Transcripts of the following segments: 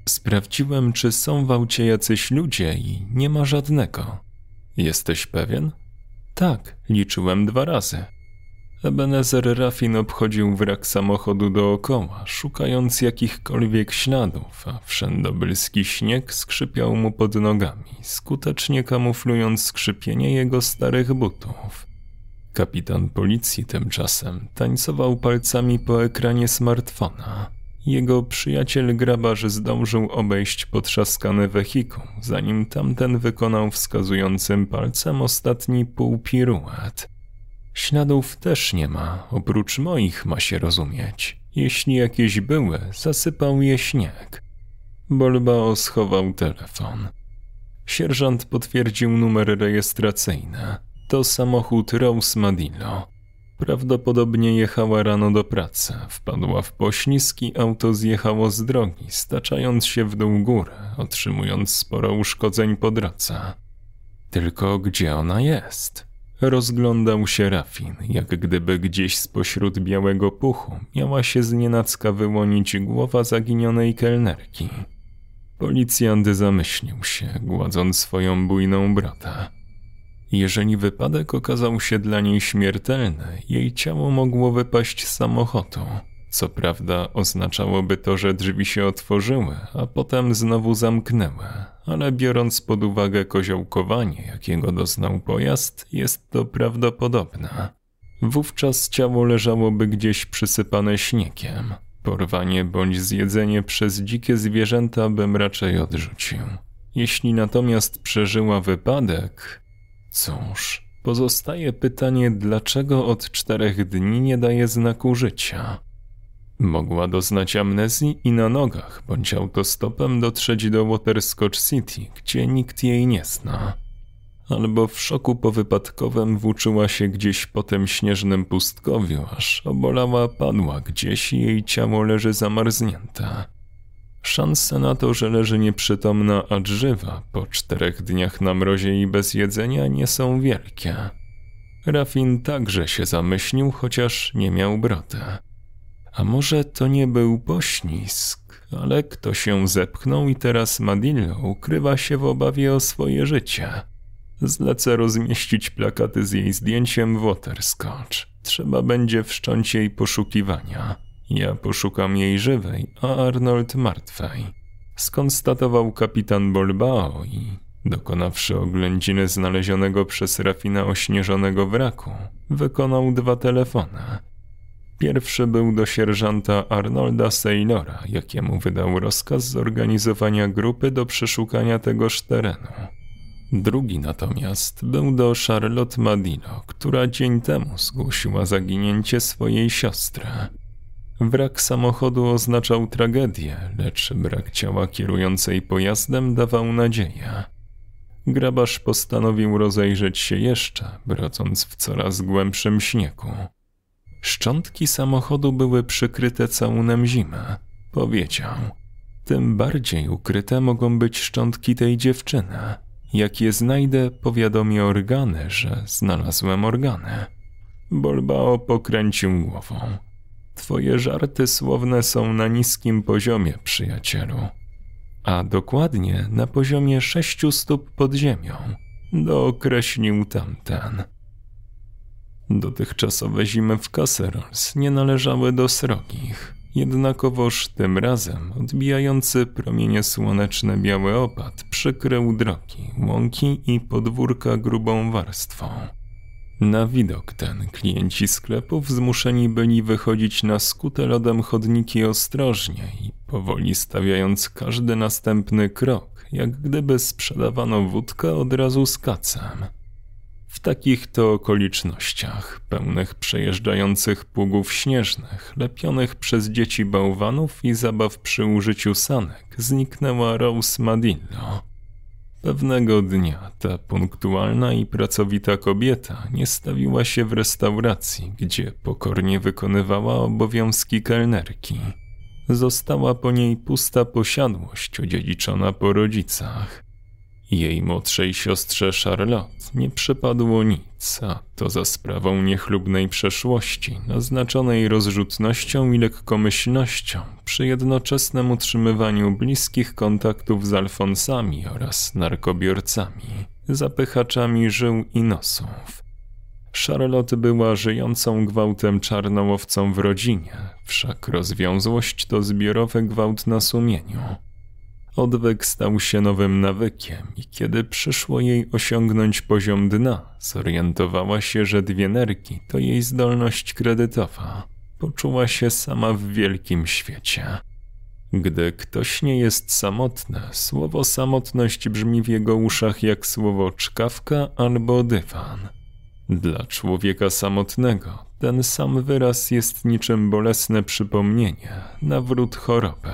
Sprawdziłem, czy są w aucie jacyś ludzie i nie ma żadnego. Jesteś pewien? Tak, liczyłem 2 razy. Ebenezer Ruffin obchodził wrak samochodu dookoła, szukając jakichkolwiek śladów, a wszędobylski śnieg skrzypiał mu pod nogami, skutecznie kamuflując skrzypienie jego starych butów. Kapitan policji tymczasem tańcował palcami po ekranie smartfona. Jego przyjaciel grabarz zdążył obejść potrzaskany wehikuł, zanim tamten wykonał wskazującym palcem ostatni półpiruet. Śladów też nie ma, oprócz moich ma się rozumieć. Jeśli jakieś były, zasypał je śnieg. Bolbao schował telefon. Sierżant potwierdził numer rejestracyjny. To samochód Rose Madillo. Prawdopodobnie jechała rano do pracy, wpadła w poślizg i auto zjechało z drogi, staczając się w dół góry, otrzymując sporo uszkodzeń po drodze. Tylko gdzie ona jest? Rozglądał się Ruffin, jak gdyby gdzieś spośród białego puchu miała się znienacka wyłonić głowa zaginionej kelnerki. Policjant zamyślił się, gładząc swoją bujną brodę. Jeżeli wypadek okazał się dla niej śmiertelny, jej ciało mogło wypaść z samochodu. Co prawda oznaczałoby to, że drzwi się otworzyły, a potem znowu zamknęły, ale biorąc pod uwagę koziołkowanie, jakiego doznał pojazd, jest to prawdopodobne. Wówczas ciało leżałoby gdzieś przysypane śniegiem. Porwanie bądź zjedzenie przez dzikie zwierzęta bym raczej odrzucił. Jeśli natomiast przeżyła wypadek... Cóż, pozostaje pytanie, dlaczego od 4 dni nie daje znaku życia. Mogła doznać amnezji i na nogach bądź autostopem dotrzeć do Waterscotch City, gdzie nikt jej nie zna. Albo w szoku powypadkowym włóczyła się gdzieś po tym śnieżnym pustkowiu, aż obolała padła gdzieś i jej ciało leży zamarznięte. Szanse na to, że leży nieprzytomna, acz żywa, po 4 dniach na mrozie i bez jedzenia nie są wielkie. Ruffin także się zamyślił, chociaż nie miał brody. A może to nie był poślizg, ale ktoś ją zepchnął i teraz Madillo ukrywa się w obawie o swoje życie. Zlecę rozmieścić plakaty z jej zdjęciem w Waterscotch. Trzeba będzie wszcząć jej poszukiwania. Ja poszukam jej żywej, a Arnold martwej. Skonstatował kapitan Bolbao i, dokonawszy oględziny znalezionego przez Ruffina ośnieżonego wraku, wykonał 2 telefony. Pierwszy był do sierżanta Arnolda Saylora, jakiemu wydał rozkaz zorganizowania grupy do przeszukania tegoż terenu. Drugi natomiast był do Charlotte Madillo, która dzień temu zgłosiła zaginięcie swojej siostry. Wrak samochodu oznaczał tragedię, lecz brak ciała kierującej pojazdem dawał nadzieję. Grabarz postanowił rozejrzeć się jeszcze, brodząc w coraz głębszym śniegu. Szczątki samochodu były przykryte całunem zimy, powiedział. Tym bardziej ukryte mogą być szczątki tej dziewczyny. Jak je znajdę, powiadomię organy, że znalazłem organy. Bolbao pokręcił głową. Twoje żarty słowne są na niskim poziomie, przyjacielu. A dokładnie na poziomie 6 stóp pod ziemią. Dookreślił tamten. Dotychczasowe zimy w Caserols nie należały do srogich. Jednakowoż tym razem odbijający promienie słoneczne biały opad przykrył drogi, łąki i podwórka grubą warstwą. Na widok ten klienci sklepów zmuszeni byli wychodzić na skute lodem chodniki ostrożnie i powoli stawiając każdy następny krok, jak gdyby sprzedawano wódkę od razu z kacem. W takich to okolicznościach, pełnych przejeżdżających pługów śnieżnych, lepionych przez dzieci bałwanów i zabaw przy użyciu sanek, zniknęła Rose Madillo. Pewnego dnia ta punktualna i pracowita kobieta nie stawiła się w restauracji, gdzie pokornie wykonywała obowiązki kelnerki. Została po niej pusta posiadłość odziedziczona po rodzicach. Jej młodszej siostrze Charlotte nie przypadło nic, a to za sprawą niechlubnej przeszłości, naznaczonej rozrzutnością i lekkomyślnością, przy jednoczesnym utrzymywaniu bliskich kontaktów z alfonsami oraz narkobiorcami, zapychaczami żył i nosów. Charlotte była żyjącą gwałtem czarną owcą w rodzinie, wszak rozwiązłość to zbiorowy gwałt na sumieniu. Odwyk stał się nowym nawykiem i kiedy przyszło jej osiągnąć poziom dna, zorientowała się, że 2 nerki to jej zdolność kredytowa. Poczuła się sama w wielkim świecie. Gdy ktoś nie jest samotny, słowo samotność brzmi w jego uszach jak słowo czkawka albo dywan. Dla człowieka samotnego ten sam wyraz jest niczym bolesne przypomnienie, nawrót choroby.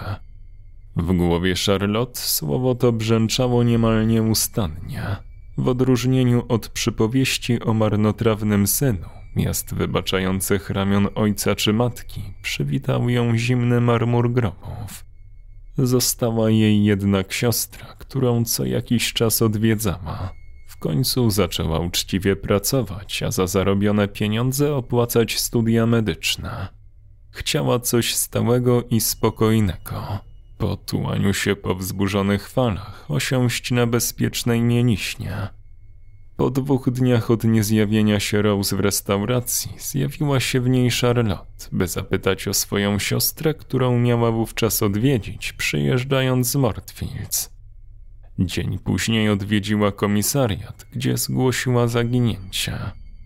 W głowie Charlotte słowo to brzęczało niemal nieustannie. W odróżnieniu od przypowieści o marnotrawnym synu, miast wybaczających ramion ojca czy matki, przywitał ją zimny marmur grobów. Została jej jednak siostra, którą co jakiś czas odwiedzała. W końcu zaczęła uczciwie pracować, a za zarobione pieniądze opłacać studia medyczne. Chciała coś stałego i spokojnego. Po tułaniu się po wzburzonych falach osiąść na bezpiecznej mieniśnie. Po 2 dniach od niezjawienia się Rose w restauracji zjawiła się w niej Charlotte, by zapytać o swoją siostrę, którą miała wówczas odwiedzić, przyjeżdżając z Mortfields. Dzień później odwiedziła komisariat, gdzie zgłosiła zaginięcie.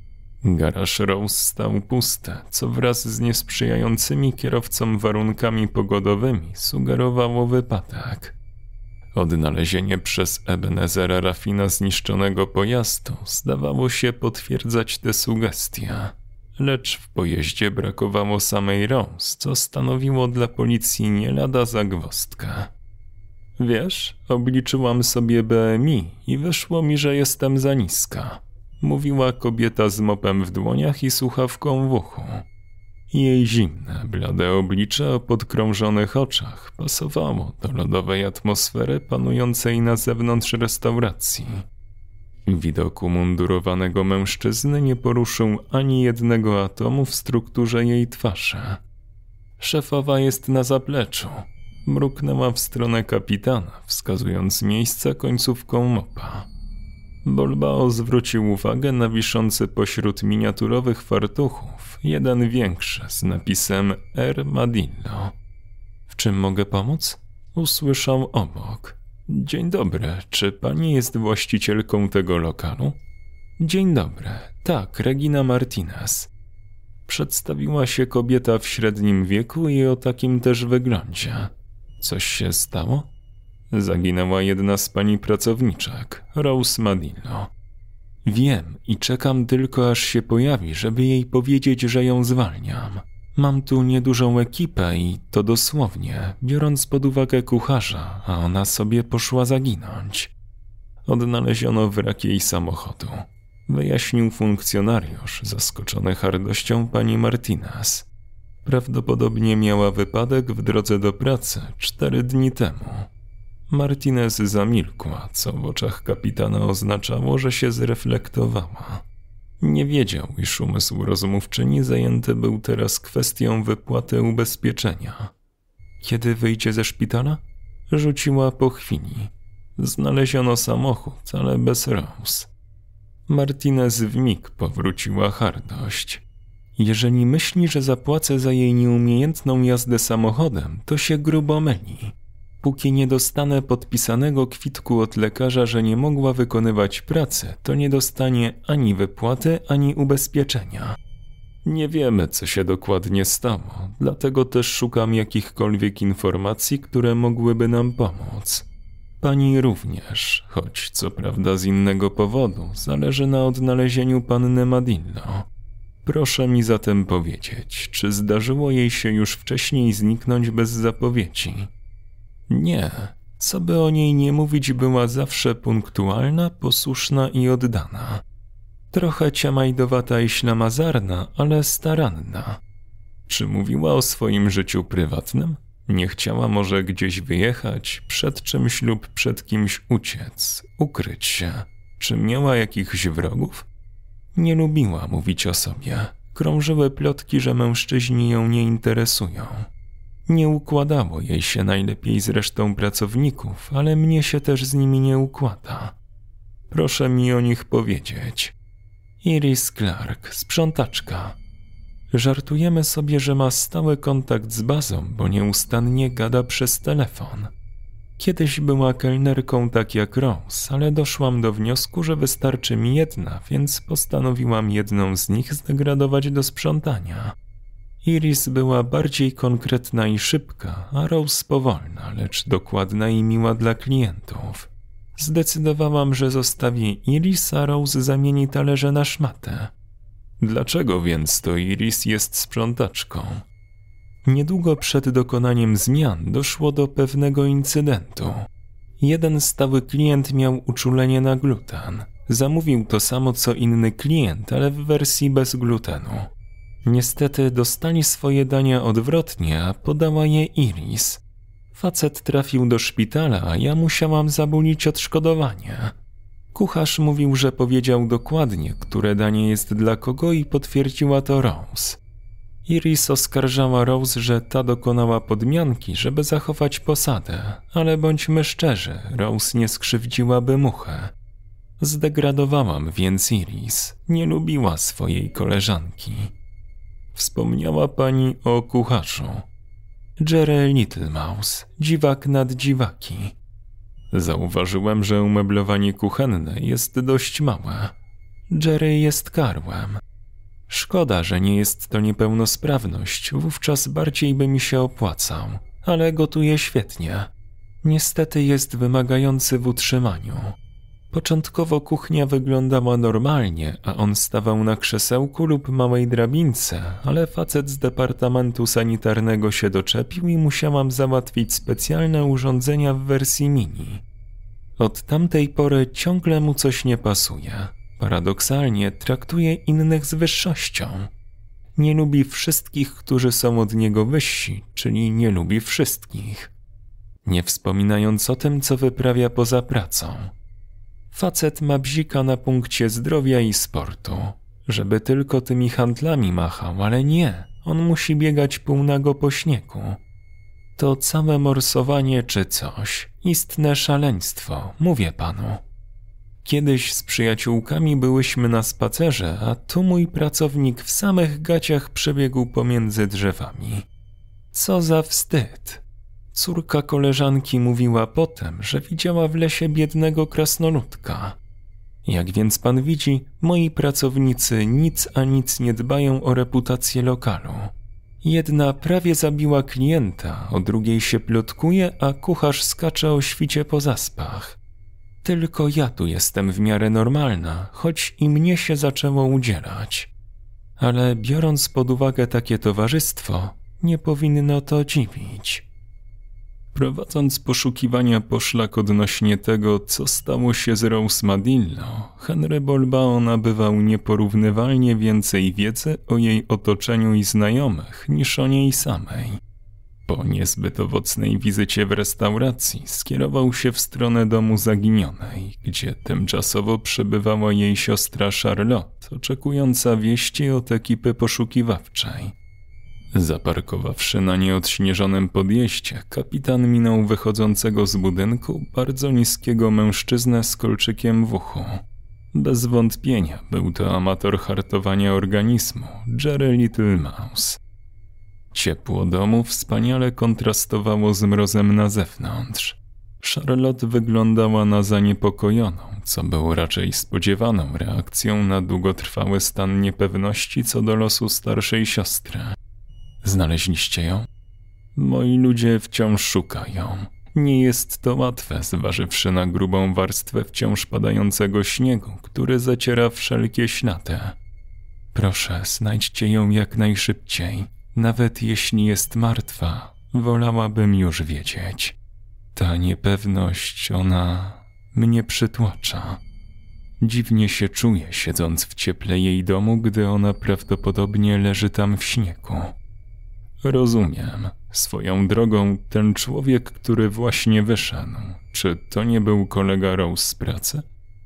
Garaż Rose stał pusty, co wraz z niesprzyjającymi kierowcom warunkami pogodowymi sugerowało wypadek. Odnalezienie przez Ebenezera Raffina zniszczonego pojazdu zdawało się potwierdzać te sugestie, lecz w pojeździe brakowało samej Rose, co stanowiło dla policji nie lada zagwozdkę. Wiesz, obliczyłam sobie BMI i wyszło mi, że jestem za niska. Mówiła kobieta z mopem w dłoniach i słuchawką w uchu. Jej zimne, blade oblicze o podkrążonych oczach pasowało do lodowej atmosfery panującej na zewnątrz restauracji. Widok umundurowanego mężczyzny nie poruszył ani jednego atomu w strukturze jej twarzy. Szefowa jest na zapleczu. Mruknęła w stronę kapitana, wskazując miejsce końcówką mopa. Bolbao zwrócił uwagę na wiszący pośród miniaturowych fartuchów jeden większy z napisem R. Madillo. W czym mogę pomóc? Usłyszał obok. Dzień dobry, czy pani jest właścicielką tego lokalu? Dzień dobry, tak, Regina Martinez. Przedstawiła się kobieta w średnim wieku i o takim też wyglądzie. Coś się stało? Zaginęła jedna z pani pracowniczek, Rose Madillo. Wiem i czekam tylko aż się pojawi, żeby jej powiedzieć, że ją zwalniam. Mam tu niedużą ekipę i to dosłownie, biorąc pod uwagę kucharza, a ona sobie poszła zaginąć. Odnaleziono wrak jej samochodu, wyjaśnił funkcjonariusz, zaskoczony hardością pani Martinez. Prawdopodobnie miała wypadek w drodze do pracy 4 dni temu. Martinez zamilkła, co w oczach kapitana oznaczało, że się zreflektowała. Nie wiedział, iż umysł rozmówczyni zajęty był teraz kwestią wypłaty ubezpieczenia. Kiedy wyjdzie ze szpitala? Rzuciła po chwili. Znaleziono samochód, ale bez Rose. Martinez wmig powróciła hardość. Jeżeli myśli, że zapłacę za jej nieumiejętną jazdę samochodem, to się grubo myli. Póki nie dostanę podpisanego kwitku od lekarza, że nie mogła wykonywać pracy, to nie dostanie ani wypłaty, ani ubezpieczenia. Nie wiemy, co się dokładnie stało, dlatego też szukam jakichkolwiek informacji, które mogłyby nam pomóc. Pani również, choć co prawda z innego powodu, zależy na odnalezieniu panny Madillo. Proszę mi zatem powiedzieć, czy zdarzyło jej się już wcześniej zniknąć bez zapowiedzi? Nie, co by o niej nie mówić, była zawsze punktualna, posłuszna i oddana. Trochę ciamajdowata i ślamazarna, ale staranna. Czy mówiła o swoim życiu prywatnym? Nie chciała może gdzieś wyjechać, przed czymś lub przed kimś uciec, ukryć się. Czy miała jakichś wrogów? Nie lubiła mówić o sobie. Krążyły plotki, że mężczyźni ją nie interesują. Nie układało jej się najlepiej z resztą pracowników, ale mnie się też z nimi nie układa. Proszę mi o nich powiedzieć. Iris Clark, sprzątaczka. Żartujemy sobie, że ma stały kontakt z bazą, bo nieustannie gada przez telefon. Kiedyś była kelnerką tak jak Rose, ale doszłam do wniosku, że wystarczy mi jedna, więc postanowiłam jedną z nich zdegradować do sprzątania. Iris była bardziej konkretna i szybka, a Rose powolna, lecz dokładna i miła dla klientów. Zdecydowałam, że zostawię Iris, a Rose zamieni talerze na szmatę. Dlaczego więc to Iris jest sprzątaczką? Niedługo przed dokonaniem zmian doszło do pewnego incydentu. Jeden stały klient miał uczulenie na gluten. Zamówił to samo co inny klient, ale w wersji bez glutenu. Niestety dostali swoje dania odwrotnie, a podała je Iris. Facet trafił do szpitala, a ja musiałam zabulić odszkodowanie. Kucharz mówił, że powiedział dokładnie, które danie jest dla kogo i potwierdziła to Rose. Iris oskarżała Rose, że ta dokonała podmianki, żeby zachować posadę, ale bądźmy szczerzy, Rose nie skrzywdziłaby muchę. Zdegradowałam więc Iris, nie lubiła swojej koleżanki. Wspomniała pani o kucharzu. Jerry Littlemaus, dziwak nad dziwaki. Zauważyłem, że umeblowanie kuchenne jest dość małe. Jerry jest karłem. Szkoda, że nie jest to niepełnosprawność, wówczas bardziej by mi się opłacał, ale gotuje świetnie. Niestety jest wymagający w utrzymaniu. Początkowo kuchnia wyglądała normalnie, a on stawał na krzesełku lub małej drabince, ale facet z departamentu sanitarnego się doczepił i musiałam załatwić specjalne urządzenia w wersji mini. Od tamtej pory ciągle mu coś nie pasuje. Paradoksalnie traktuje innych z wyższością. Nie lubi wszystkich, którzy są od niego wyżsi, czyli nie lubi wszystkich. Nie wspominając o tym, co wyprawia poza pracą. Facet ma bzika na punkcie zdrowia i sportu. Żeby tylko tymi handlami machał, ale nie. On musi biegać półnago po śniegu. To całe morsowanie czy coś. Istne szaleństwo, mówię panu. Kiedyś z przyjaciółkami byłyśmy na spacerze, a tu mój pracownik w samych gaciach przebiegł pomiędzy drzewami. Co za wstyd. Córka koleżanki mówiła potem, że widziała w lesie biednego krasnoludka. Jak więc pan widzi, moi pracownicy nic a nic nie dbają o reputację lokalu. Jedna prawie zabiła klienta, o drugiej się plotkuje, a kucharz skacze o świcie po zaspach. Tylko ja tu jestem w miarę normalna, choć i mnie się zaczęło udzielać. Ale biorąc pod uwagę takie towarzystwo, nie powinno to dziwić. Prowadząc poszukiwania poszlak odnośnie tego, co stało się z Rose Madillo, Henry Bolbao nabywał nieporównywalnie więcej wiedzy o jej otoczeniu i znajomych niż o niej samej. Po niezbyt owocnej wizycie w restauracji skierował się w stronę domu zaginionej, gdzie tymczasowo przebywała jej siostra Charlotte, oczekująca wieści od ekipy poszukiwawczej. Zaparkowawszy na nieodśnieżonym podjeździe, kapitan minął wychodzącego z budynku bardzo niskiego mężczyznę z kolczykiem w uchu. Bez wątpienia był to amator hartowania organizmu, Jerry Littlemaus. Ciepło domu wspaniale kontrastowało z mrozem na zewnątrz. Charlotte wyglądała na zaniepokojoną, co było raczej spodziewaną reakcją na długotrwały stan niepewności co do losu starszej siostry. Znaleźliście ją? Moi ludzie wciąż szukają. Nie jest to łatwe, zważywszy na grubą warstwę wciąż padającego śniegu, który zaciera wszelkie ślady. Proszę, znajdźcie ją jak najszybciej. Nawet jeśli jest martwa, wolałabym już wiedzieć. Ta niepewność, ona mnie przytłacza. Dziwnie się czuję, siedząc w cieple jej domu, gdy ona prawdopodobnie leży tam w śniegu. Rozumiem. Swoją drogą, ten człowiek, który właśnie wyszedł, czy to nie był kolega Rose z pracy?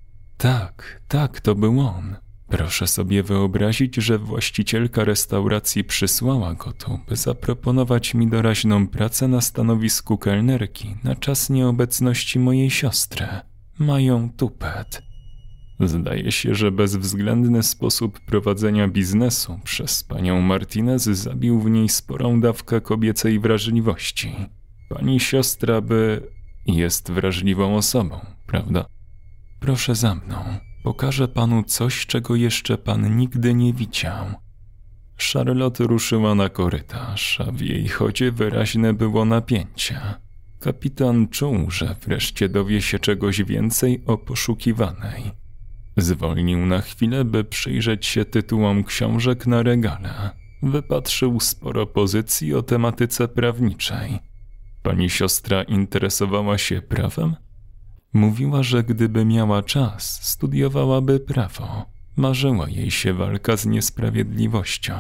Tak, to był on. Proszę sobie wyobrazić, że właścicielka restauracji przysłała go tu, by zaproponować mi doraźną pracę na stanowisku kelnerki na czas nieobecności mojej siostry. Mają tupet. Zdaje się, że bezwzględny sposób prowadzenia biznesu przez panią Martinez zabił w niej sporą dawkę kobiecej wrażliwości. Pani siostra jest wrażliwą osobą, prawda? Proszę za mną. Pokażę panu coś, czego jeszcze pan nigdy nie widział. Charlotte ruszyła na korytarz, a w jej chodzie wyraźne było napięcie. Kapitan czuł, że wreszcie dowie się czegoś więcej o poszukiwanej. Zwolnił na chwilę, by przyjrzeć się tytułom książek na regale. Wypatrzył sporo pozycji o tematyce prawniczej. Pani siostra interesowała się prawem? Mówiła, że gdyby miała czas, studiowałaby prawo. Marzyła jej się walka z niesprawiedliwością.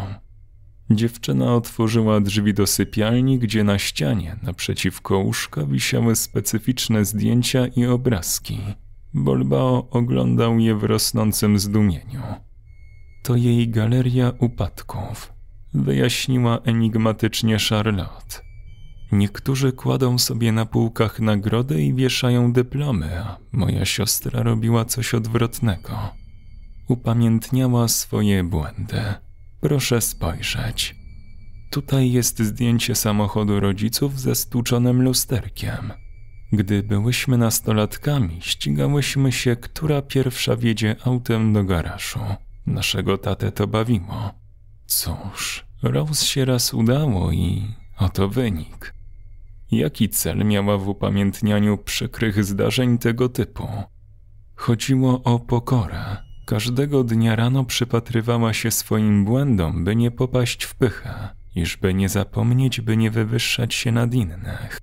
Dziewczyna otworzyła drzwi do sypialni, gdzie na ścianie, naprzeciwko łóżka, wisiały specyficzne zdjęcia i obrazki. Bolbao oglądał je w rosnącym zdumieniu. To jej galeria upadków, wyjaśniła enigmatycznie Charlotte. Niektórzy kładą sobie na półkach nagrody i wieszają dyplomy, a moja siostra robiła coś odwrotnego. Upamiętniała swoje błędy. Proszę spojrzeć. Tutaj jest zdjęcie samochodu rodziców ze stłuczonym lusterkiem. Gdy byłyśmy nastolatkami, ścigałyśmy się, która pierwsza wjedzie autem do garażu. Naszego tatę to bawiło. Cóż, Rose się raz udało i oto wynik. Jaki cel miała w upamiętnianiu przykrych zdarzeń tego typu? Chodziło o pokorę. Każdego dnia rano przypatrywała się swoim błędom, by nie popaść w pychę, iż by nie zapomnieć, by nie wywyższać się nad innych.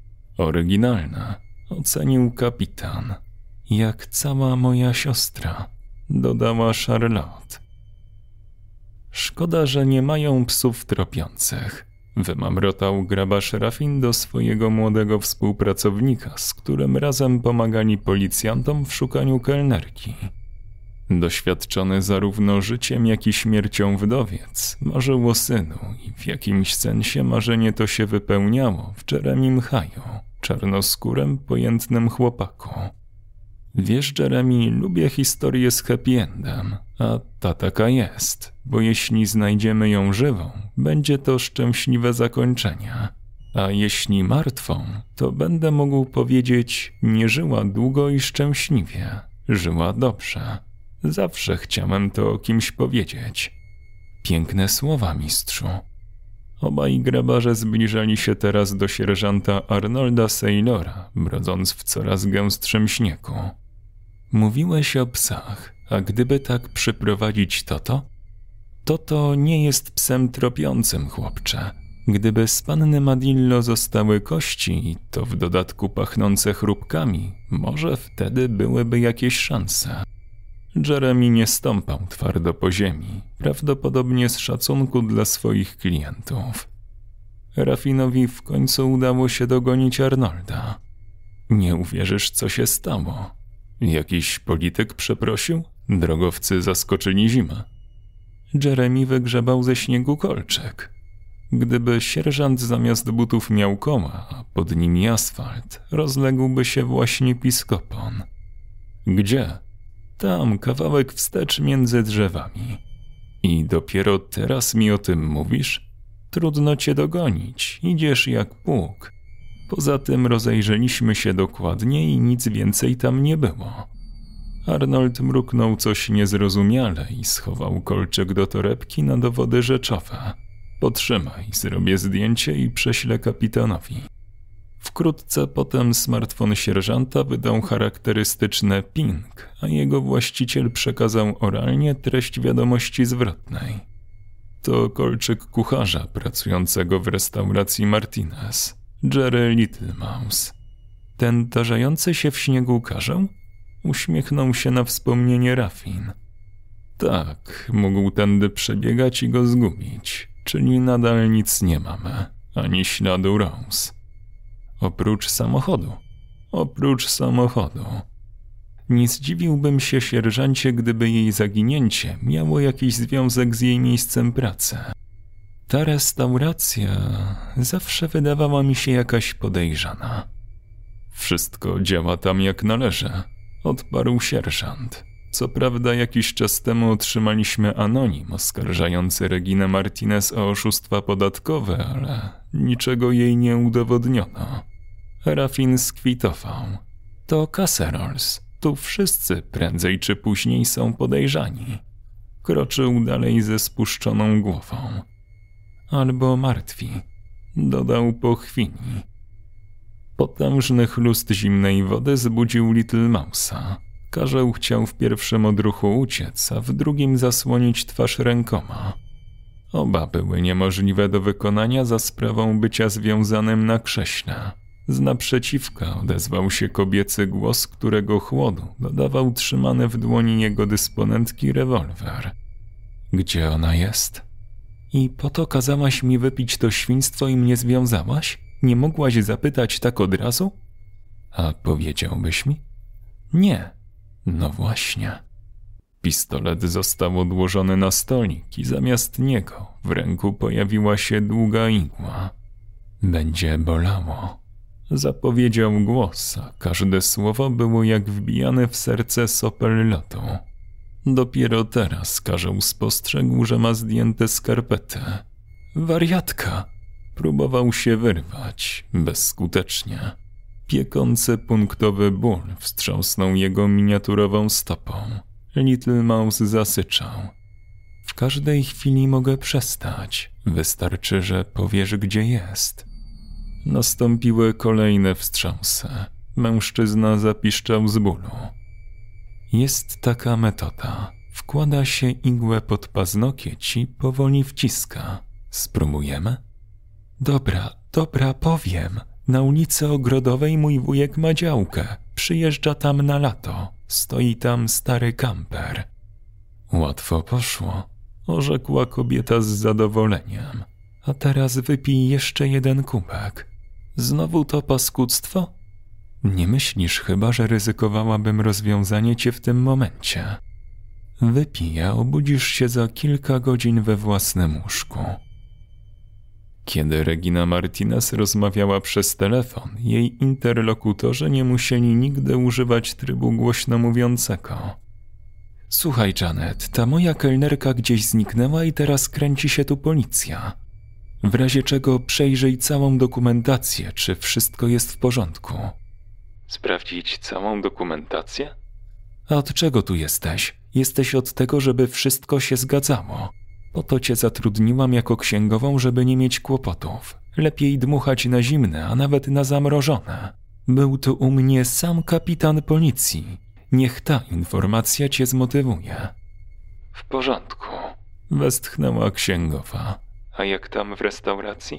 Oryginalna, ocenił kapitan. Jak cała moja siostra, dodała Charlotte. Szkoda, że nie mają psów tropiących. Wymamrotał grabarz Raffin do swojego młodego współpracownika, z którym razem pomagali policjantom w szukaniu kelnerki. Doświadczony zarówno życiem, jak i śmiercią wdowiec, marzył o synu i w jakimś sensie marzenie to się wypełniało w Jeremim Haju, czarnoskórym, pojętnym chłopaku. Wiesz, Jeremy, lubię historię z happy endem, a ta taka jest, bo jeśli znajdziemy ją żywą, będzie to szczęśliwe zakończenie. A jeśli martwą, to będę mógł powiedzieć, nie żyła długo i szczęśliwie, żyła dobrze. Zawsze chciałem to o kimś powiedzieć. Piękne słowa, mistrzu. Obaj grabarze zbliżali się teraz do sierżanta Arnolda Saylora, brodząc w coraz gęstszym śniegu. Mówiłeś o psach, a gdyby tak przyprowadzić Toto? Toto nie jest psem tropiącym, chłopcze. Gdyby z panny Madillo zostały kości i to w dodatku pachnące chrupkami, może wtedy byłyby jakieś szanse. Jeremy nie stąpał twardo po ziemi, prawdopodobnie z szacunku dla swoich klientów. Raffinowi w końcu udało się dogonić Arnolda. Nie uwierzysz, co się stało. Jakiś polityk przeprosił? Drogowcy zaskoczyli zimę. Jeremy wygrzebał ze śniegu kolczyk. Gdyby sierżant zamiast butów miał koła, a pod nimi asfalt, rozległby się właśnie piskopon. Gdzie? Tam, kawałek wstecz między drzewami. I dopiero teraz mi o tym mówisz? Trudno cię dogonić, idziesz jak pług. Poza tym rozejrzeliśmy się dokładnie i nic więcej tam nie było. Arnold mruknął coś niezrozumiale i schował kolczyk do torebki na dowody rzeczowe. Potrzymaj, zrobię zdjęcie i prześlę kapitanowi. Wkrótce potem smartfon sierżanta wydał charakterystyczne ping, a jego właściciel przekazał oralnie treść wiadomości zwrotnej. To kolczyk kucharza pracującego w restauracji Martinez, Jerry Littlemaus. Ten tarzający się w śniegu karzeł? Uśmiechnął się na wspomnienie Raffin. Tak, mógł tędy przebiegać i go zgubić. Czyli nadal nic nie mamy, ani śladu Rose. Oprócz samochodu. Nie zdziwiłbym się, sierżancie, gdyby jej zaginięcie miało jakiś związek z jej miejscem pracy. Ta restauracja zawsze wydawała mi się jakaś podejrzana. Wszystko działa tam jak należy, odparł sierżant. Co prawda jakiś czas temu otrzymaliśmy anonim oskarżający Reginę Martinez o oszustwa podatkowe, ale niczego jej nie udowodniono. Rafin skwitował. To Cacerols. Tu wszyscy prędzej czy później są podejrzani. Kroczył dalej ze spuszczoną głową. Albo martwi, dodał po chwili. Potężny chlust zimnej wody zbudził Little Mouse'a. Karzeł chciał w pierwszym odruchu uciec, a w drugim zasłonić twarz rękoma. Oba były niemożliwe do wykonania za sprawą bycia związanym na krześle. Z naprzeciwka odezwał się kobiecy głos, którego chłodu dodawał trzymany w dłoni jego dysponentki rewolwer. Gdzie ona jest? I po to kazałaś mi wypić to świństwo i mnie związałaś? Nie mogłaś zapytać tak od razu? A powiedziałbyś mi? Nie. No właśnie. Pistolet został odłożony na stolik i zamiast niego w ręku pojawiła się długa igła. Będzie bolało. Zapowiedział głos, a każde słowo było jak wbijane w serce sopel lotu. Dopiero teraz Karzeł spostrzegł, że ma zdjęte skarpety. Wariatka! Próbował się wyrwać, bezskutecznie. Piekący punktowy ból wstrząsnął jego miniaturową stopą. Little Mouse zasyczał. W każdej chwili mogę przestać. Wystarczy, że powiesz, gdzie jest. Nastąpiły kolejne wstrząsy. Mężczyzna zapiszczał z bólu. Jest taka metoda. Wkłada się igłę pod paznokieć i powoli wciska. Spróbujemy? Dobra, powiem. Na ulicy Ogrodowej mój wujek ma działkę. Przyjeżdża tam na lato. Stoi tam stary kamper. Łatwo poszło, orzekła kobieta z zadowoleniem. A teraz wypij jeszcze jeden kubek. Znowu to paskudztwo? Nie myślisz chyba, że ryzykowałabym rozwiązanie cię w tym momencie. Wypij, a obudzisz się za kilka godzin we własnym łóżku. Kiedy Regina Martinez rozmawiała przez telefon, jej interlokutorzy nie musieli nigdy używać trybu głośno mówiącego. Słuchaj, Janet, ta moja kelnerka gdzieś zniknęła i teraz kręci się tu policja. W razie czego przejrzyj całą dokumentację, czy wszystko jest w porządku. Sprawdzić całą dokumentację? A od czego tu jesteś? Jesteś od tego, żeby wszystko się zgadzało. Po to cię zatrudniłam jako księgową, żeby nie mieć kłopotów. Lepiej dmuchać na zimne, a nawet na zamrożone. Był tu u mnie sam kapitan policji. Niech ta informacja cię zmotywuje. W porządku, westchnęła księgowa. A jak tam w restauracji?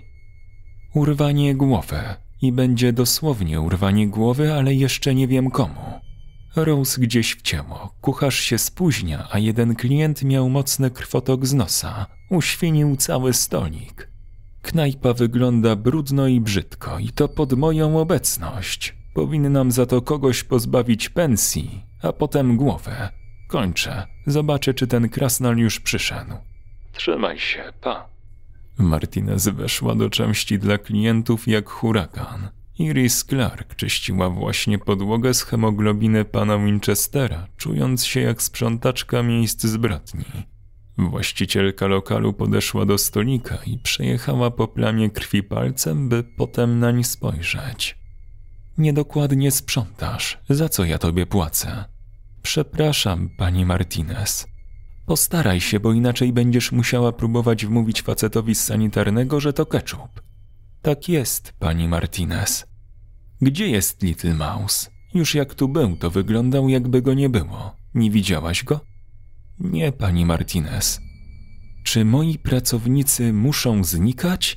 Urwanie głowy. I będzie dosłownie urwanie głowy, ale jeszcze nie wiem komu. Rose gdzieś wcięło, kucharz się spóźnia, a jeden klient miał mocny krwotok z nosa. Uświnił cały stolik. Knajpa wygląda brudno i brzydko i to pod moją obecność. Powinnam za to kogoś pozbawić pensji, a potem głowę. Kończę. Zobaczę, czy ten krasnal już przyszedł. Trzymaj się, pa. Martinez weszła do części dla klientów jak huragan. Iris Clark czyściła właśnie podłogę z hemoglobiny pana Winchestera, czując się jak sprzątaczka miejsc zbrodni. Właścicielka lokalu podeszła do stolika i przejechała po plamie krwi palcem, by potem nań spojrzeć. Niedokładnie sprzątasz. Za co ja tobie płacę? Przepraszam, pani Martinez. Postaraj się, bo inaczej będziesz musiała próbować wmówić facetowi z sanitarnego, że to ketchup. Tak jest, pani Martinez. Gdzie jest Little Mouse? Już jak tu był, to wyglądał, jakby go nie było. Nie widziałaś go? Nie, pani Martinez. Czy moi pracownicy muszą znikać?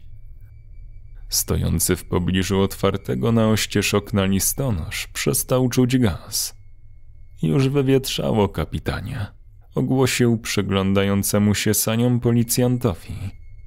Stojący w pobliżu otwartego na oścież okna listonosz przestał czuć gaz. Już wywietrzało, kapitanie. Ogłosił przyglądającemu się saniom policjantowi.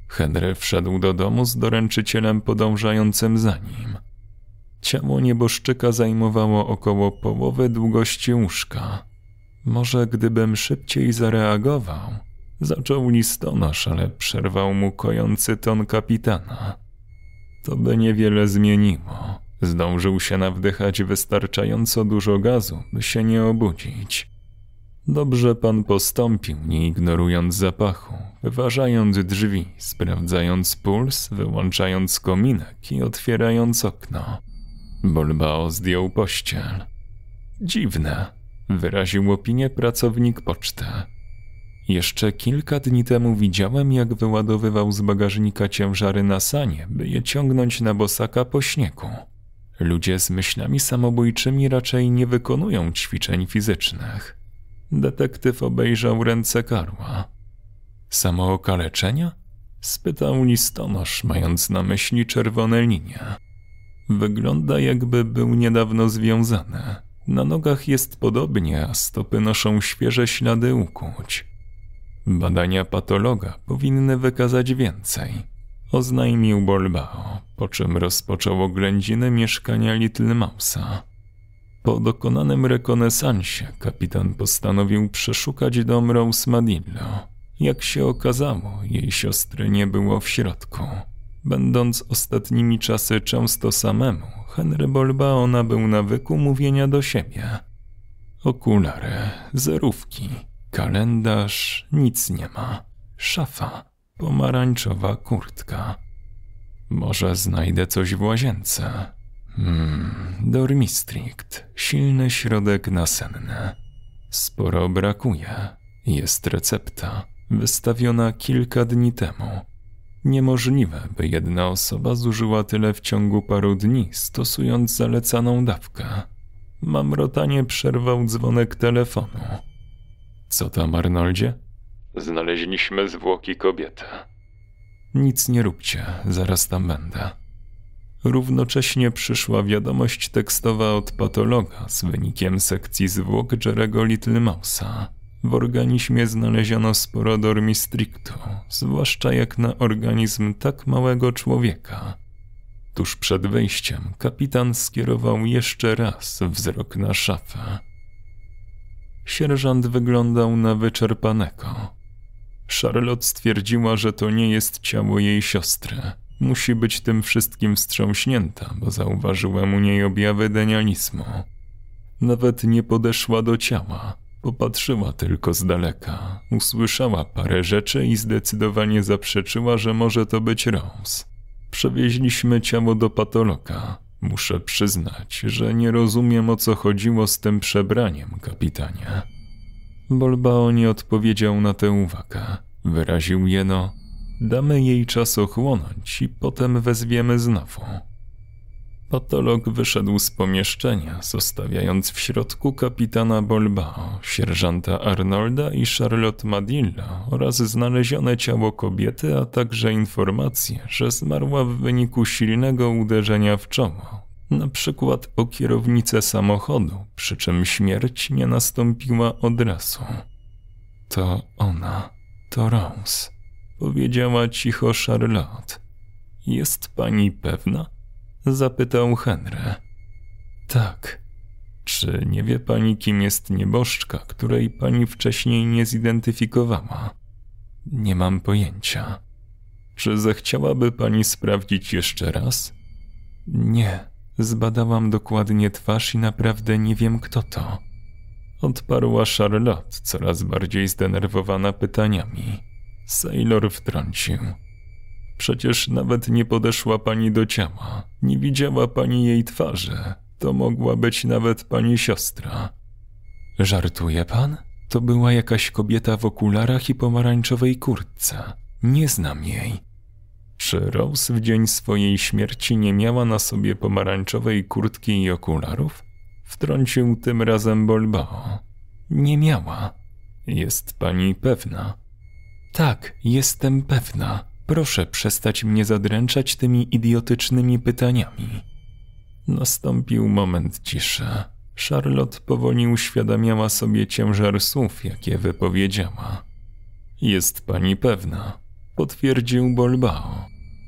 Henry wszedł do domu z doręczycielem podążającym za nim. Ciało nieboszczyka zajmowało około połowy długości łóżka. Może gdybym szybciej zareagował, zaczął listonosz, ale przerwał mu kojący ton kapitana. To by niewiele zmieniło. Zdążył się nawdychać wystarczająco dużo gazu, by się nie obudzić. Dobrze pan postąpił, nie ignorując zapachu, wyważając drzwi, sprawdzając puls, wyłączając kominek i otwierając okno. Bolbao zdjął pościel. Dziwne, wyraził opinię pracownik poczty. Jeszcze kilka dni temu widziałem, jak wyładowywał z bagażnika ciężary na sanie, by je ciągnąć na bosaka po śniegu. Ludzie z myślami samobójczymi raczej nie wykonują ćwiczeń fizycznych. Detektyw obejrzał ręce Karła. Samookaleczenia? Spytał listonosz, mając na myśli czerwone linie. Wygląda, jakby był niedawno związany. Na nogach jest podobnie, a stopy noszą świeże ślady ukłuć. Badania patologa powinny wykazać więcej, oznajmił Bolbao, po czym rozpoczął oględziny mieszkania Little Mouse'a. Po dokonanym rekonesansie kapitan postanowił przeszukać dom Rose Madillo. Jak się okazało, jej siostry nie było w środku. Będąc ostatnimi czasy często samemu, Henry Bolbao nabył nawyku mówienia do siebie. Okulary, zerówki, kalendarz, nic nie ma. Szafa, pomarańczowa kurtka. Może znajdę coś w łazience. Dormistrict, silny środek nasenny. Sporo brakuje. Jest recepta, wystawiona kilka dni temu. Niemożliwe, by jedna osoba zużyła tyle w ciągu paru dni, stosując zalecaną dawkę. Mamrotanie przerwał dzwonek telefonu. Co tam, Arnoldzie? Znaleźliśmy zwłoki kobiety. Nic nie róbcie, zaraz tam będę. Równocześnie przyszła wiadomość tekstowa od patologa z wynikiem sekcji zwłok Jerry'ego Little Mouse'a. W organizmie znaleziono sporo dormistrictu, zwłaszcza jak na organizm tak małego człowieka. Tuż przed wyjściem kapitan skierował jeszcze raz wzrok na szafę. Sierżant wyglądał na wyczerpanego. Charlotte stwierdziła, że to nie jest ciało jej siostry. Musi być tym wszystkim wstrząśnięta, bo zauważyłem u niej objawy denializmu. Nawet nie podeszła do ciała. Popatrzyła tylko z daleka, usłyszała parę rzeczy i zdecydowanie zaprzeczyła, że może to być Rose. Przewieźliśmy ciało do patologa. Muszę przyznać, że nie rozumiem, o co chodziło z tym przebraniem, kapitanie. Bolbao nie odpowiedział na tę uwagę. Wyraził jeno: damy jej czas ochłonąć i potem wezwiemy znowu. Patolog wyszedł z pomieszczenia, zostawiając w środku kapitana Bolbao, sierżanta Arnolda i Charlotte Madillo oraz znalezione ciało kobiety, a także informację, że zmarła w wyniku silnego uderzenia w czoło, na przykład o kierownicę samochodu, przy czym śmierć nie nastąpiła od razu. To ona, to Rose, powiedziała cicho Charlotte. Jest pani pewna? Zapytał Henry. Tak. Czy nie wie pani, kim jest nieboszczka, której pani wcześniej nie zidentyfikowała? Nie mam pojęcia. Czy zechciałaby pani sprawdzić jeszcze raz? Nie. Zbadałam dokładnie twarz i naprawdę nie wiem, kto to. Odparła Charlotte, coraz bardziej zdenerwowana pytaniami. Sailor wtrącił. Przecież nawet nie podeszła pani do ciała. Nie widziała pani jej twarzy. To mogła być nawet pani siostra. Żartuje pan? To była jakaś kobieta w okularach i pomarańczowej kurtce. Nie znam jej. Czy Rose w dzień swojej śmierci nie miała na sobie pomarańczowej kurtki i okularów? Wtrącił tym razem Bolbao. Nie miała. Jest pani pewna? Tak, jestem pewna. Proszę przestać mnie zadręczać tymi idiotycznymi pytaniami. Nastąpił moment ciszy. Charlotte powoli uświadamiała sobie ciężar słów, jakie wypowiedziała. Jest pani pewna? potwierdził Bolbao.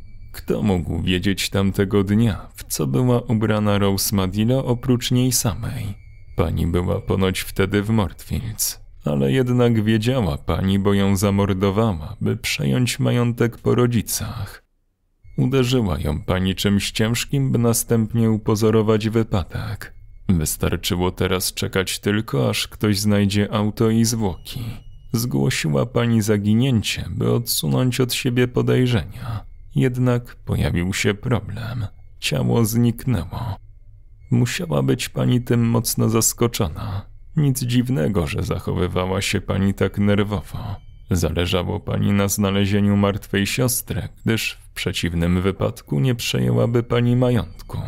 Kto mógł wiedzieć tamtego dnia, w co była ubrana Rose Madilo oprócz niej samej? Pani była ponoć wtedy w Mortfields, ale jednak wiedziała pani, bo ją zamordowała, by przejąć majątek po rodzicach. Uderzyła ją pani czymś ciężkim, by następnie upozorować wypadek. Wystarczyło teraz czekać tylko, aż ktoś znajdzie auto i zwłoki. Zgłosiła pani zaginięcie, by odsunąć od siebie podejrzenia. Jednak pojawił się problem. Ciało zniknęło. Musiała być pani tym mocno zaskoczona. Nic dziwnego, że zachowywała się pani tak nerwowo. Zależało pani na znalezieniu martwej siostry, gdyż w przeciwnym wypadku nie przejęłaby pani majątku.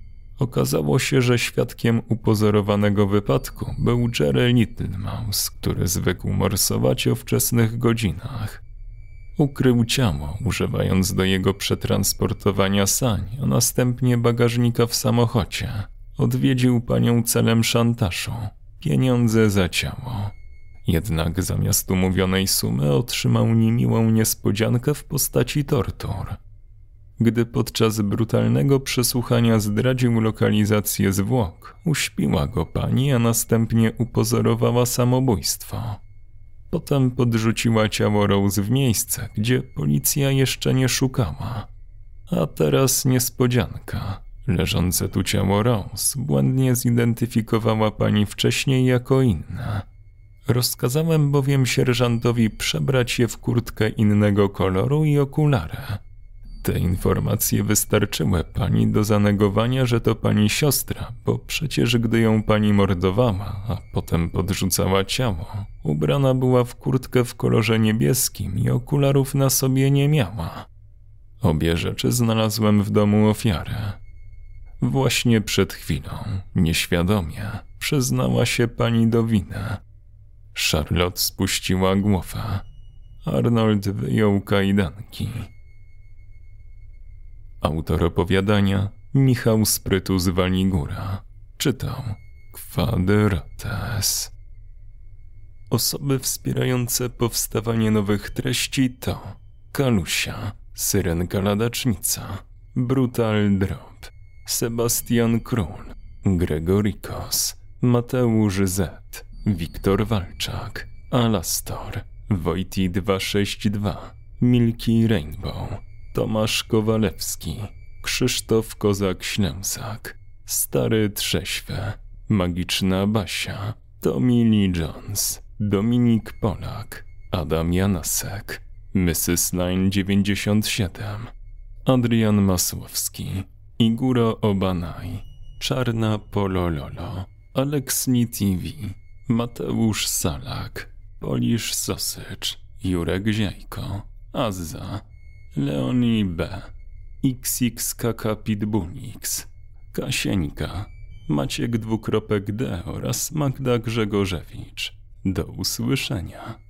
Okazało się, że świadkiem upozorowanego wypadku był Jerry Littlemouse, który zwykł morsować o wczesnych godzinach. Ukrył ciało, używając do jego przetransportowania sań, a następnie bagażnika w samochodzie. Odwiedził panią celem szantażu. Pieniądze za ciało. Jednak zamiast umówionej sumy otrzymał niemiłą niespodziankę w postaci tortur. Gdy podczas brutalnego przesłuchania zdradził lokalizację zwłok, uśpiła go pani, a następnie upozorowała samobójstwo. Potem podrzuciła ciało Rose w miejsce, gdzie policja jeszcze nie szukała. A teraz niespodzianka. Leżące tu ciało Rose błędnie zidentyfikowała pani wcześniej jako inne. Rozkazałem bowiem sierżantowi przebrać je w kurtkę innego koloru i okulary. Te informacje wystarczyły pani do zanegowania, że to pani siostra, bo przecież gdy ją pani mordowała, a potem podrzucała ciało, ubrana była w kurtkę w kolorze niebieskim i okularów na sobie nie miała. Obie rzeczy znalazłem w domu ofiary. Właśnie przed chwilą, nieświadomie, przyznała się pani do winy. Charlotte spuściła głowę. Arnold wyjął kajdanki. Autor opowiadania Michał Sprytu z Waligura. Czytał Kwadrates. Osoby wspierające powstawanie nowych treści to Kalusia, Syrenka Ladacznica, Brutal Drop, Sebastian Król, Gregorikos, Mateusz Z, Wiktor Walczak, Alastor, Wojti 262, Milky Rainbow, Tomasz Kowalewski, Krzysztof Kozak-Ślęsak, Stary Trześwy, Magiczna Basia, Tommy Lee Jones, Dominik Polak, Adam Janasek, Mrs. Line 97, Adrian Masłowski, Iguro Obanaj, Czarna Polololo, Aleksni TV, Mateusz Salak, Polish Sausage, Jurek Ziajko, Azza, Leonie B, XXKK Pitbullix, Kasieńka, Maciek D oraz Magda Grzegorzewicz. Do usłyszenia.